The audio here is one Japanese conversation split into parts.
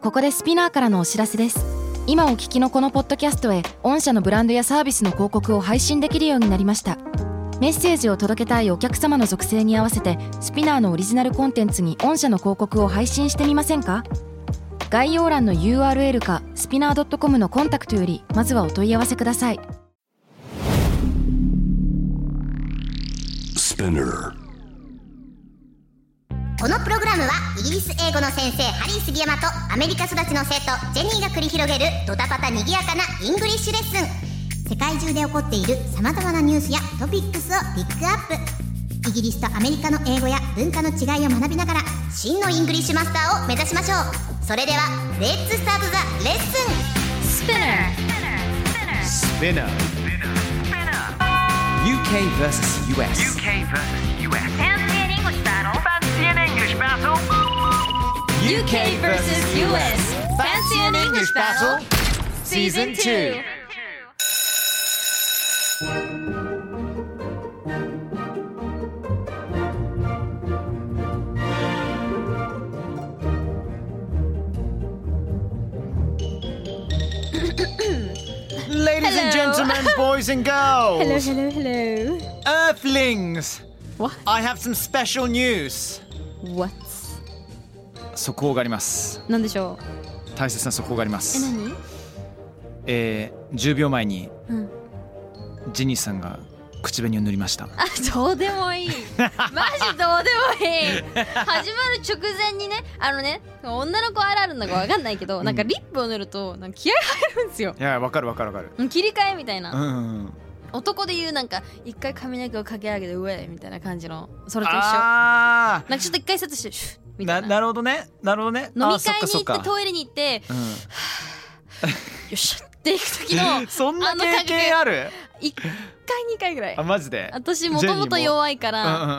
ここでスピナーからのお知らせです。今お聞きのこのポッドキャストへ御社のブランドやサービスの広告を配信できるようになりました。メッセージを届けたいお客様の属性に合わせてスピナーのオリジナルコンテンツに御社の広告を配信してみませんか？概要欄の URL かスピナー .com のコンタクトよりまずはお問い合わせください。 このプログラムはイギリス英語の先生ハリー杉山とアメリカ育ちの生徒ジェニーが繰り広げるドタパタにぎやかなイングリッシュレッスン。世界中で起こっている様々なニュースやトピックスをピックアップ。イギリスとアメリカの英語や文化の違いを学びながら真のイングリッシュマスターを目指しましょう。それではレッツスタートザレッスン。スピナー UK vs US UK versus US Fancy an English Battle Season 2 Ladies and gentlemen, boys and girls, Hello Earthlings, What? I have some special news. What? 速報があります。 なんでしょう。 大切な速報があります。 何 10秒前に、ジェニーさんが口紅を塗りました。 あ、どうでもいいマジどうでもいい始まる直前にね、女の子あるあるのか分かんないけど、なんかリップを塗るとなんか気合入るんですよ。 いや、わかる。 切り替えみたいな、 うん男で言うなんか一回髪の毛をかけ上げてウェイみたいな感じの、それと一緒。 あなんかちょっと一回セットしてシュッみたいな。 なるほどね。 飲み会に行ってトイレに行って、よっしゃって行く時のそんな経験ある 1回2回ぐらい。 あ、マジで。 私もともと弱いから、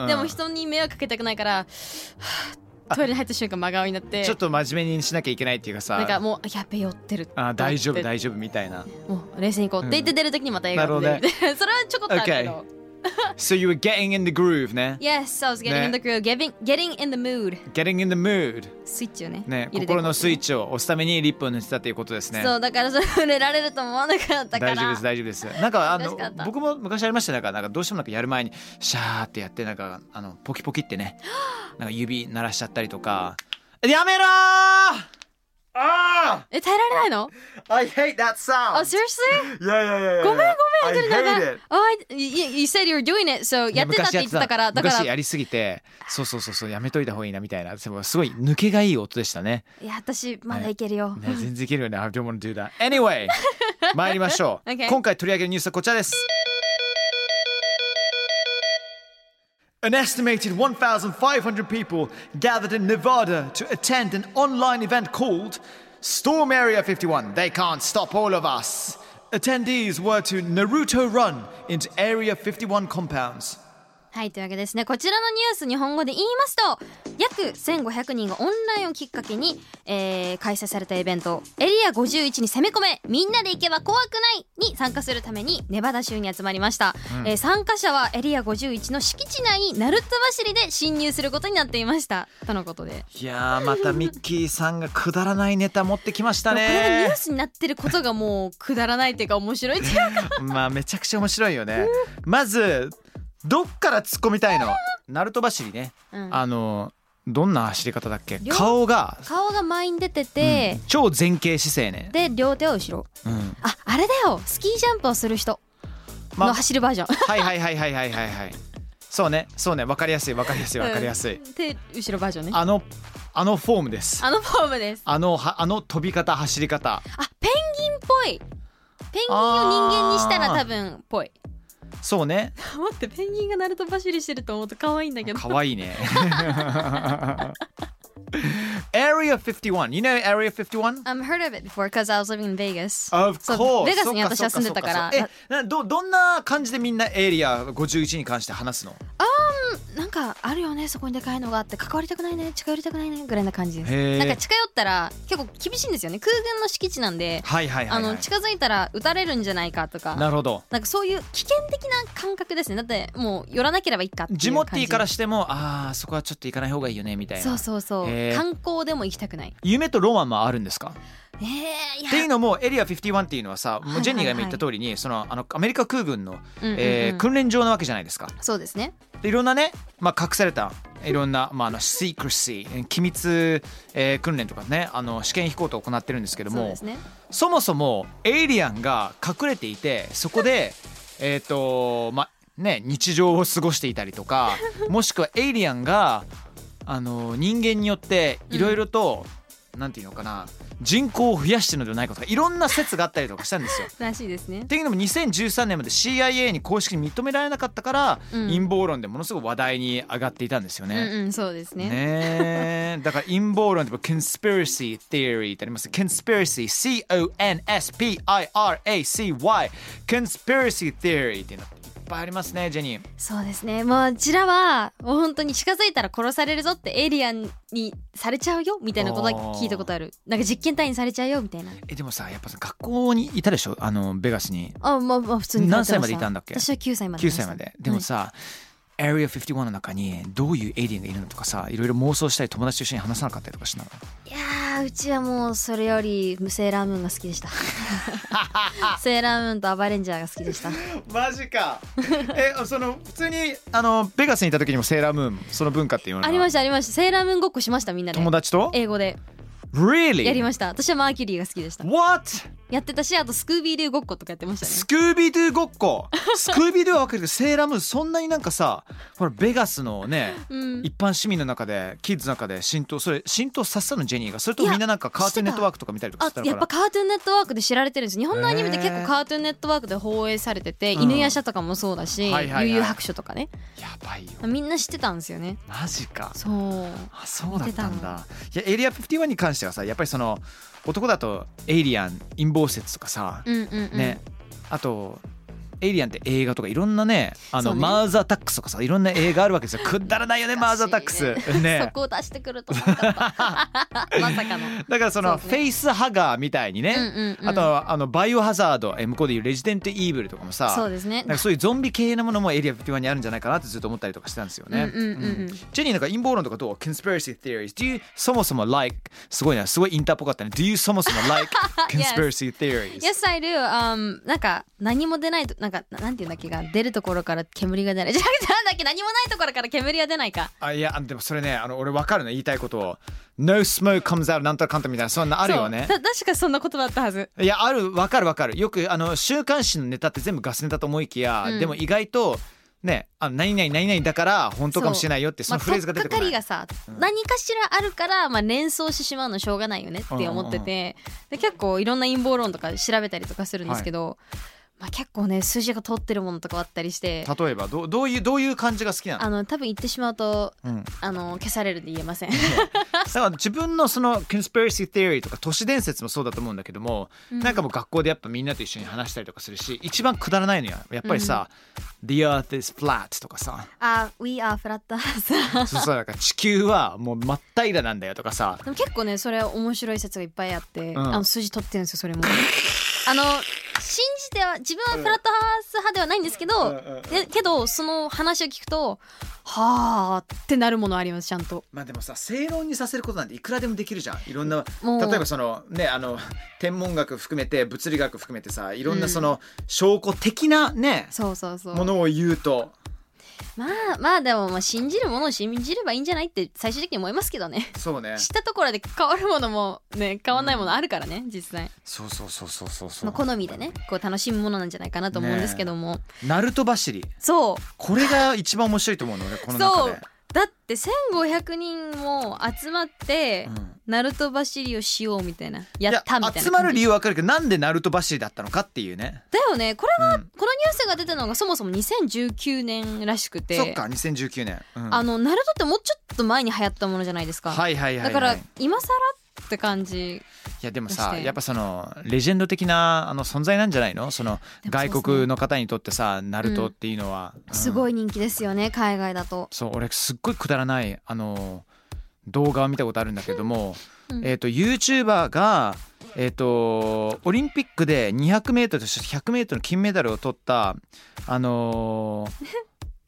うんでも人に迷惑かけたくないからトイレに入った瞬間真顔になって、 ちょっと真面目にしなきゃいけないっていうかさ、 なんかもうやべ酔ってる、 大丈夫みたいな。 もう冷静に行こうって言って出る時にまた笑顔で出るみたいな、それはちょこっとあるけど。 So you were getting in the groove ね。 Yes, I was getting in the groove, getting in the mood. Getting in the mood スイッチをねね、 入れていこう心のスイッチを押すためにリップを塗ってたということですね。 そうだからそれ触れられると思わなかったから。 大丈夫です。なんか嬉しかった僕も昔ありましたね。なんかどうしてもなんかやる前にシャーってやって、なんかポキポキってねなんか指鳴らしちゃったりとか。やめろー。 耐えられないの？ I hate that sound. Oh, seriously? いやごめん I ジェリー hate it. You said you were doing it, so やってたって言ってたから、だから昔やりすぎて、そうやめといた方がいいなみたいな。でもすごい抜けがいい音でしたね。 いや私まだいけるよ、 ね、全然いけるよね。I don't want to do that. Anyway 参りましょう、 Okay. 今回取り上げるニュースはこちらです。An estimated 1,500 people gathered in Nevada to attend an online event called Storm Area 51. They can't stop all of us. Attendees were to Naruto run into Area 51 compounds. はい、というわけですね。こちらのニュース日本語で言いますと、約1500人がオンラインをきっかけに、開催されたイベントエリア51に攻め込めみんなで行けば怖くないに参加するためにネバダ州に集まりました、参加者はエリア51の敷地内にナルト走りで侵入することになっていましたとのことで、 いやーまたミッキーさんがくだらないネタ持ってきましたね。 これがニュースになってることがもうくだらないっていうか面白いっていうかまあめちゃくちゃ面白いよね。まずどっから突っ込みたいの？ナルト走りね、どんな走り方だっけ？顔が前に出てて、 超前傾姿勢ね。 で両手を後ろ、あれだよ、スキージャンプをする人の走るバージョン、 はいそうねわかりやすい、 で後ろバージョンね。 あのフォームです。 あのフォームです。 あの飛び方、走り方、 ペンギンっぽい。ペンギンを人間にしたら多分ぽい。 そうね。 待って、ペンギンがナルト走りしてると思うと可愛いんだけど。 可愛いね。Area 51. You know Area 51? Heard of it before because I was living in Vegas. Of course. ベガスに私は住んでたから。 どんな感じでみんなエリア51に関して話すの？ なんかあるよね、そこにでかいのがあって関わりたくないね、近寄りたくないねぐらいな感じです。 へー。 なんか近寄ったら結構厳しいんですよね。空軍の敷地なんで、近づいたら撃たれるんじゃないかとか。 なるほど。 なんかそういう危険的な感覚ですね。だってもう寄らなければいいかっていう感じ。 ジモティーからしてもそこはちょっと行かない方がいいよねみたいな。 そう。 観光でも行きたくない。 夢とロマンもあるんですか？ いやっていうのもエリア51っていうのはさ、もうジェニーが今言った通りに、そのアメリカ空軍の、訓練場なわけじゃないですか。 そうですね。 でいろんなね、隠されたいろんな、シークレシー、機密、訓練とかね、試験飛行と行ってるんですけども、 そもそもエイリアンが隠れていて、そこで日常を過ごしていたりとかもしくはエイリアンが人間によっていろいろと、なんていうのかな、人口を増やしてるのではないかとか、いろんな説があったりとかしたんですよ。 らしいですね。 っていうのも2013年まで CIA に公式に認められなかったから、陰謀論でものすごく話題に上がっていたんですよね。 そうですね。 ね、だから陰謀論ってconspiracy theory ってあります。conspiracy CONSPIRACY conspiracy theory っていうのいっぱいありますね、ジェニー。 そうですね。もううちらはもう本当に近づいたら殺されるぞって、エイリアンにされちゃうよみたいなことは聞いたことある。なんか実験体にされちゃうよみたいな。 でもさ、やっぱ学校にいたでしょ、ベガスに。 普通に。 何歳までいたんだっけ？ 私は9歳まで。 9歳まで。でもさ、Area 51の中にどういうエイリアンがいるのとかさ、いろいろ妄想したり友達と一緒に話さなかったりとかしなの？ いやー、うちはもうそれよりセーラームーンが好きでしたセーラームーンとアバレンジャーが好きでした。 マジか。その普通にベガスにいた時にもセーラームーン、その文化っていうのがありました。セーラームーンごっこしました。みんなで友達と英語で。 Really? やりました。私はマーキュリーが好きでした。 What? やってたし、あとスクービードゥごっことかやってましたね。 スクービードゥごっこスクービードゥは分かるけど、セーラームーンそんなになんかさ、ほらベガスのね、一般市民の中で、キッズの中で浸透させたのジェニーが？それともみんななんかカートゥーンネットワークとか見たりとかしたのかな？ やっぱカートゥーンネットワークで知られてるんです。日本のアニメって結構カートゥーンネットワークで放映されてて、犬夜叉とかもそうだし、悠々白書とかね、 やばいよ。 みんな知ってたんですよね。 マジか。 そうだったんだ。いや、エリア51に関してはさ、やっぱりその男だとエイリアン陰謀説とかさ、ね、あとエイリアンって映画とかいろんなね、マーズアタックスとかさ、いろんな映画あるわけですよ。くだらないよね、マーズアタックスね。 そこを出してくると思ったまさかの。 だからそのフェイスハガーみたいにね、あとはバイオハザード、向こうでいうレジデントイーブルとかもさ、 そうですね。 なんかそういうゾンビ系なものもエリア51にあるんじゃないかなってずっと思ったりとかしてたんですよね。ジェニーなんか陰謀論とかどう？ Conspiracy theories Do you そもそも like すごいインターっぽかったね。 Do you そもそも like conspiracy theories? Yes, I do. なんか何も出ないと、なんていうんだっけが、出るところから煙が出ない。じゃなくてなんだっけ、何もないところから煙が出ないか。 いや、でもそれね、俺分かるの、言いたいことを。No smoke comes out なんとかかんとみたいな、そんなあるよね。 確かそんな言葉だったはず。 いや、分かる。よく週刊誌のネタって全部ガスネタと思いきや、でも意外とね、何々だから本当かもしれないよって、そのフレーズが出てくる。 取っかかりがさ、何かしらあるから、連想してしまうのしょうがないよねって思ってて、で結構いろんな陰謀論とか調べたりとかするんですけど、結構ね、数字が通ってるものとかあったりして。 例えばどういう感じが好きなの？ 多分言ってしまうと、消されるで言えませんだから自分のその conspiracy theory とか都市伝説もそうだと思うんだけども、なんかもう学校でやっぱみんなと一緒に話したりとかするし、一番くだらないのよやっぱりさ、The earth is flat とかさ、 We are flat earth そうだから地球はもう真っ平らなんだよとかさ。 でも結構ね、それ面白い説がいっぱいあって、数字取ってるんですよ、それも信じては、自分はフラットハウス派ではないんですけど、けどその話を聞くとはーってなるものあります、ちゃんと。 でもさ、正論にさせることなんていくらでもできるじゃん。いろんな、例えばそのね、天文学含めて物理学含めてさ、いろんなその証拠的なね、ものを言うと、 でも信じるものを信じればいいんじゃないって最終的に思いますけどね。 そうね。 知ったところで変わるものもね、変わんないものあるからね、実際。 そう。 好みでね、こう楽しむものなんじゃないかなと思うんですけども。 ナルト走り。 そう。 これが一番面白いと思うのね、この中で。そう。 だって1500人も集まって、ナルト走りをしようみたいな、やったみたいな。 集まる理由わかるけど、なんでナルト走りだったのかっていうね。 だよね。これが、このニュースが出たのがそもそも2019年らしくて。 そっか、2019年。 ナルトってもうちょっと前に流行ったものじゃないですか。だから今更って感じ。 いやでもさ、やっぱそのレジェンド的な存在なんじゃないの？その外国の方にとってさ、ナルトっていうのは、 すごい人気ですよね、海外だと。 そう、俺すっごいくだらない動画を見たことあるんだけども、YouTuber がオリンピックで 200m と100m の金メダルを取った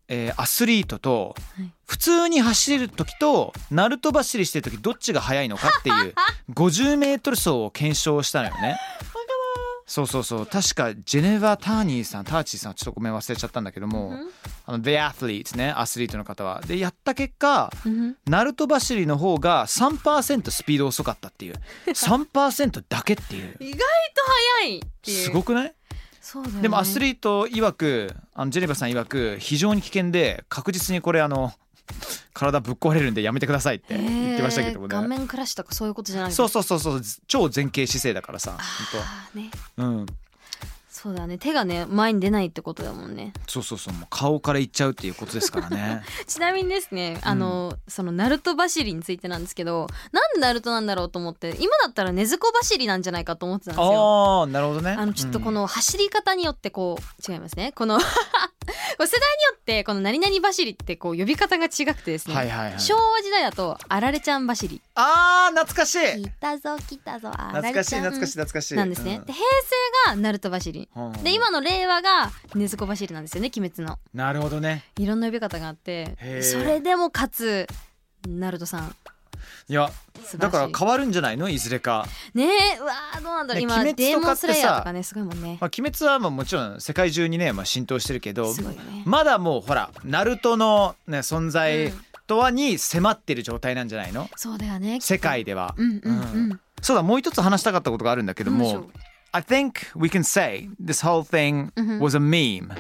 アスリートとはい普通に走れる時とナルト走りしてる時どっちが速いのかっていう50メートル走を検証したのよね。そうそうそう、確かジェネバ・ターチーさんちょっとごめん忘れちゃったんだけども、The Athlete ね、アスリートの方はでやった結果、ナルト走りの方が 3% スピード遅かったっていう3% だけっていう意外と速いっていう。 すごくない？ そうだよね。 でもアスリート曰くジェネバさん曰く非常に危険で確実にこれ体ぶっ壊れるんでやめてくださいって言ってましたけどもね。 顔面クラッシュとかそういうことじゃない。 そう超前傾姿勢だからさね、 本当そうだね、手がね前に出ないってことだもんね。 そうもう顔からいっちゃうっていうことですからねちなみにですね、そのナルト走りについてなんですけど、なんでナルトなんだろうと思って、今だったら根津子走りなんじゃないかと思ってたんですよ。 なるほどね。 ちょっとこの走り方によって違いますね、この世代によってこの何々走りって呼び方が違くてですね、昭和時代だとあられちゃん走り、 懐かしい、 来たぞあら懐かしいれちゃん懐かしいなんですね、で平成がナルト走りで、今の令和が禰豆子走りなんですよね、鬼滅の。 なるほどね。 いろんな呼び方があって、それでもかつナルトさん、 いやだから変わるんじゃないの、いずれかねえ。うわー、どうなんだろう、今デーモンスレイヤーとかねすごいもんね。 鬼滅はもちろん世界中にね、浸透してるけど、 すごいよね。 まだもうほらナルトの、ね、存在とはに迫ってる状態なんじゃないの。 そうだよね、 世界では。 そそうだ、もう一つ話したかったことがあるんだけども、I think we can say this whole thing was a meme.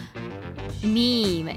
Meme,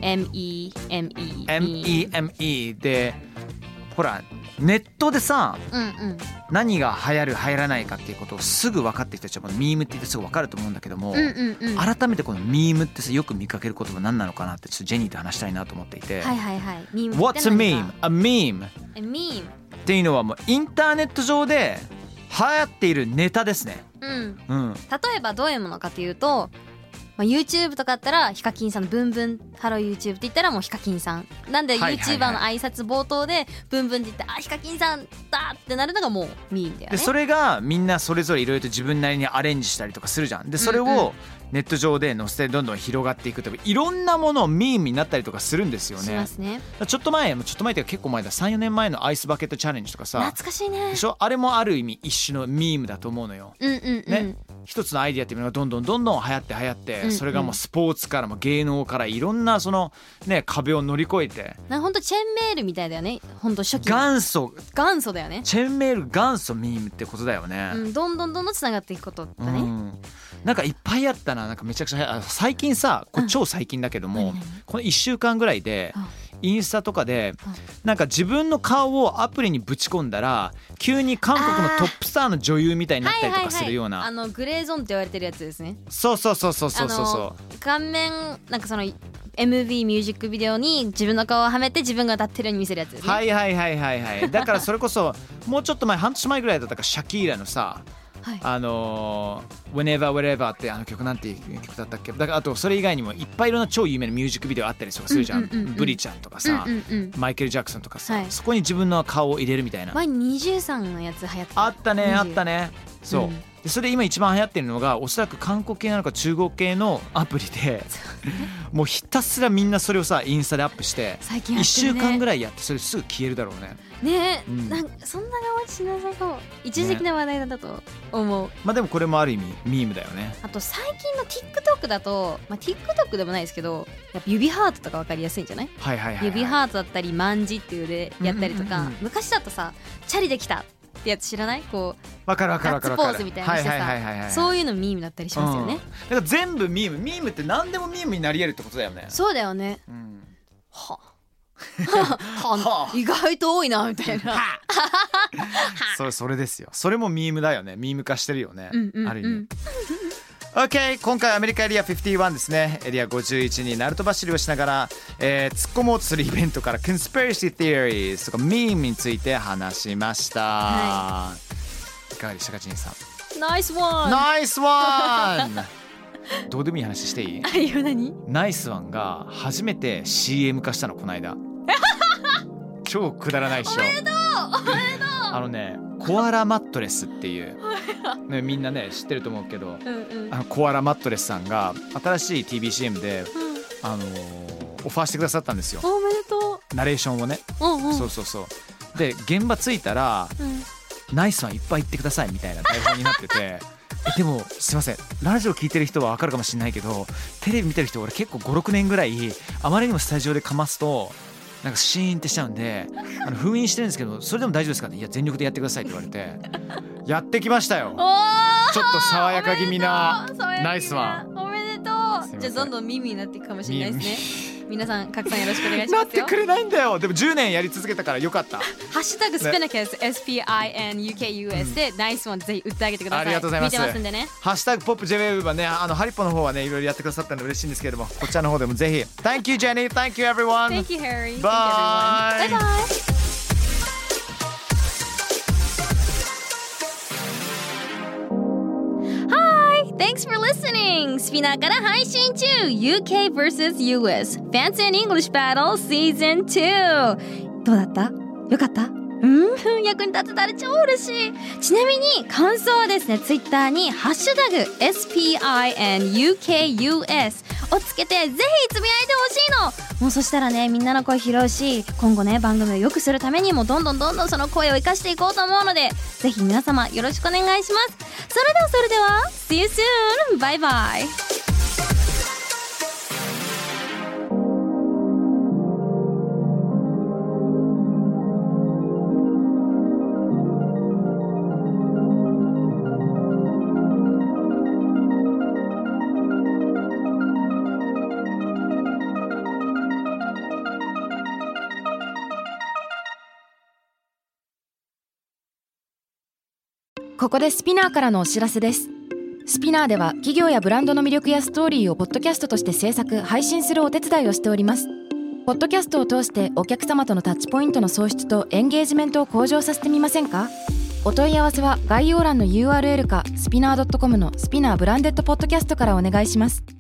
M-E-M-E M-E-M-E で、ほらネットでさ、何が流行る流行らないかっていうことをすぐ分かってる人たちはミームって言ってすぐ分かると思うんだけども、改めてこのミームってさ、よく見かける言葉何なのかなってちょっとジェニーと話したいなと思っていて、What's a meme? A meme っていうのはもうインターネット上で流行っているネタですね。 例えばどういうものかというと、YouTube とかだったらヒカキンさんのブンブンハロー YouTube って言ったらもうヒカキンさんなんで、YouTuber の挨拶冒頭でブンブンって言ってヒカキンさんだってなるのがもうミームだよね。 でそれがみんなそれぞれいろいろと自分なりにアレンジしたりとかするじゃん。でそれをネット上で載せてどんどん広がっていくといろんなものをミームになったりとかするんですよね。 しますね。 ちょっと前っていうか結構前だ、 3,4 年前のアイスバケットチャレンジとかさ、 懐かしいね。 でしょ。あれもある意味一種のミームだと思うのよ。ね、一つのアイディアっていうのがどんどん流行ってそれがもうスポーツからも芸能からいろんなそのね壁を乗り越えて、 ほんとチェーンメールみたいだよね。ほんと初期元祖だよね。 チェーンメール元祖ミームってことだよね。 どんどんつながっていくことだね。 なんかいっぱいあったな。なんかめちゃくちゃ最近さ、これ超最近だけども、この1週間ぐらいでインスタとかでなんか自分の顔をアプリにぶち込んだら急に韓国のトップスターの女優みたいになったりとかするような、 グレーゾーンって言われてるやつですね。 そう顔面なんかその MV ミュージックビデオに自分の顔をはめて自分が歌ってるように見せるやつですね。 はいだからそれこそもうちょっと前、半年前ぐらいだったか、シャキーラのさ、Whenever Wherever って曲なんていう曲だったっけ。だからあとそれ以外にもいっぱいいろんな超有名なミュージックビデオあったりとかするじゃん。ブリちゃんとかさ、マイケル・ジャクソンとかさ、そこに自分の顔を入れるみたいな。 前に23のやつ流行ってた。 あったね。そう、でそれで今一番流行ってるのがおそらく韓国系なのか中国系のアプリでもうひたすらみんなそれをさインスタでアップして1週間ぐらいやってそれすぐ消えるだろうね。 ねえ、なんかそんな我慢しなさそう。一時的な話題だと思う。 まあでもこれもある意味ミームだよね。 あと最近の TikTok だと、TikTok でもないですけど、やっぱ指ハートとか分かりやすいんじゃない？指ハートだったりマンジっていうでやったりとか、昔だとさチャリできたってやつ知らない？ わかるガッツポーズみたいなしてさ、そういうのミームだったりしますよね。 だから全部ミームって何でもミームになり得るってことだよね。 そうだよね。意外と多いなみたいなそれですよ。それもミームだよね。ミーム化してるよね、ある意味。OK、 今回アメリカエリア51ですね。エリア51にナルト走りをしながら、突っ込もうとするイベントから Conspiracy Theories とかミームについて話しました、いかがでしたか、ジンさん。 ナイスワンどうでもいい話していい？ 何？ ナイスワンが初めて CM 化したのこの間超くだらないっしょ。 おめでとうコアラマットレスっていう、ね、みんなね知ってると思うけど、コアラマットレスさんが新しい TVCM で、 オファーしてくださったんですよ。 おめでとナレーションをね、そうそうそう。で現場着いたら、ナイスワンいっぱい言ってくださいみたいな台本になっててでもすいません、ラジオ聞いてる人は分かるかもしれないけど、テレビ見てる人俺結構 5,6 年ぐらいあまりにもスタジオでかますとなんかシーンってしちゃうんで封印してるんですけど、それでも大丈夫ですかね。いや全力でやってくださいって言われてやってきましたよ。ちょっと爽やか気味なナイスワン。 おめでとう。じゃあどんどん耳になっていくかもしれないですね。皆さん拡散よろしくお願いしますよ。 なってくれないんだよ。でも10年やり続けたからよかった。 ハッシュタグスピナキャス SPINUKUS でナイスワンぜひ打ってあげてください。 ありがとうございます。 見てますんでね。 ハッシュタグポップ JWEB はね、ハリポの方はねいろいろやってくださったんで嬉しいんですけれども、こちらの方でもぜひ Thank you Jenny, Thank you everyone. Thank you Harry. Bye. Thank you everyone. Bye bye. Thanks for listening! スピナーから配信中 UK vs.US Fancy and English Battle Season 2! どうだった？よかった？役に立てたら超嬉しい。ちなみに感想はですね、Twitter にハッシュタグ SPINUKUS をつけてぜひつぶやいてほしいの。もうそしたらね、みんなの声拾うし、今後ね番組を良くするためにもどんどんその声を生かしていこうと思うので、ぜひ皆様よろしくお願いします。それでは See you soon! バイバイ。 ここでスピナーからのお知らせです。スピナーでは企業やブランドの魅力やストーリーをポッドキャストとして制作・配信するお手伝いをしております。ポッドキャストを通してお客様とのタッチポイントの創出とエンゲージメントを向上させてみませんか？お問い合わせは概要欄の URL かスピナー .com のスピナーブランデッドポッドキャストからお願いします。